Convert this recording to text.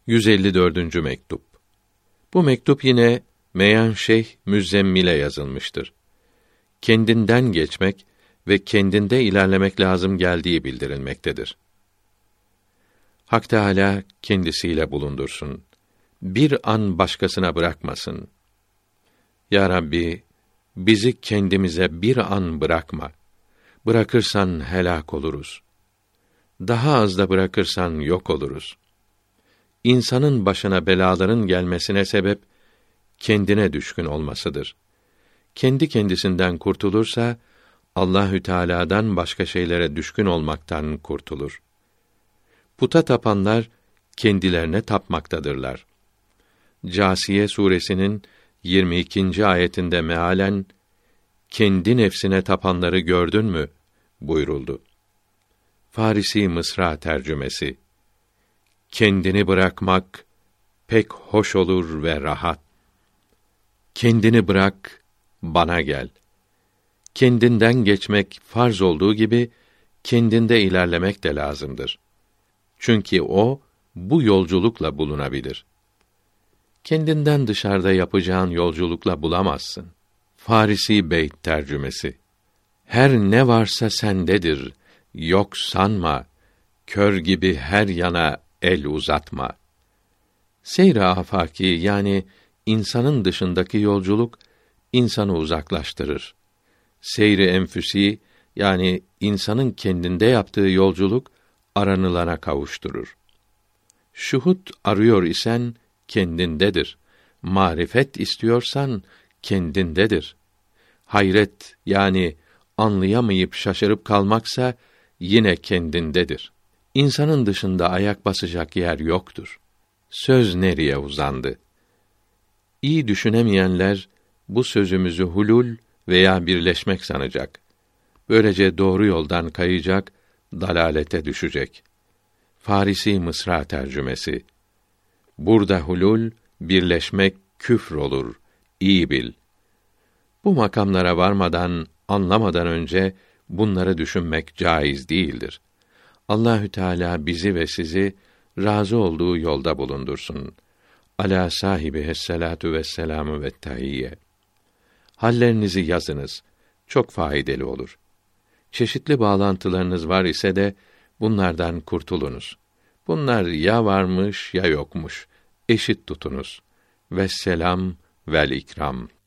154. mektup. Bu mektup yine Meyan Şeyh Müzzemmil'e yazılmıştır. Kendinden geçmek ve kendinde ilerlemek lazım geldiği bildirilmektedir. Hak Teâlâ kendisiyle bulundursun. Bir an başkasına bırakmasın. Ya Rabbi, bizi kendimize bir an bırakma. Bırakırsan helak oluruz. Daha az da bırakırsan yok oluruz. İnsanın başına belaların gelmesine sebep, kendine düşkün olmasıdır. Kendi kendisinden kurtulursa, Allahü Teâlâ'dan başka şeylere düşkün olmaktan kurtulur. Puta tapanlar, kendilerine tapmaktadırlar. Câsiye suresinin 22. ayetinde mealen, kendi nefsine tapanları gördün mü? Buyuruldu. Farisi Mısra tercümesi. Kendini bırakmak pek hoş olur ve rahat. Kendini bırak, bana gel. Kendinden geçmek farz olduğu gibi, kendinde ilerlemek de lazımdır. Çünkü o, bu yolculukla bulunabilir. Kendinden dışarıda yapacağın yolculukla bulamazsın. Farisi Beyt tercümesi. Her ne varsa sendedir, yok sanma, kör gibi her yana el uzatma. Seyr-i afaki, yani insanın dışındaki yolculuk, insanı uzaklaştırır. Seyr-i enfüsi, yani insanın kendinde yaptığı yolculuk, aranılana kavuşturur. Şuhud arıyor isen, kendindedir. Marifet istiyorsan, kendindedir. Hayret, yani anlayamayıp şaşırıp kalmaksa, yine kendindedir. İnsanın dışında ayak basacak yer yoktur. Söz nereye uzandı? İyi düşünemeyenler, bu sözümüzü hulul veya birleşmek sanacak. Böylece doğru yoldan kayacak, dalalete düşecek. Farisi Mısra tercümesi. Burada hulul, birleşmek küfr olur. İyi bil. Bu makamlara varmadan, anlamadan önce bunları düşünmek caiz değildir. Allahü Teâlâ bizi ve sizi razı olduğu yolda bulundursun. Alâ sâhibihisselâtu vesselâmu vettahiyye. Hallerinizi yazınız. Çok faydalı olur. Çeşitli bağlantılarınız var ise de bunlardan kurtulunuz. Bunlar ya varmış ya yokmuş. Eşit tutunuz. Vesselam vel ikram.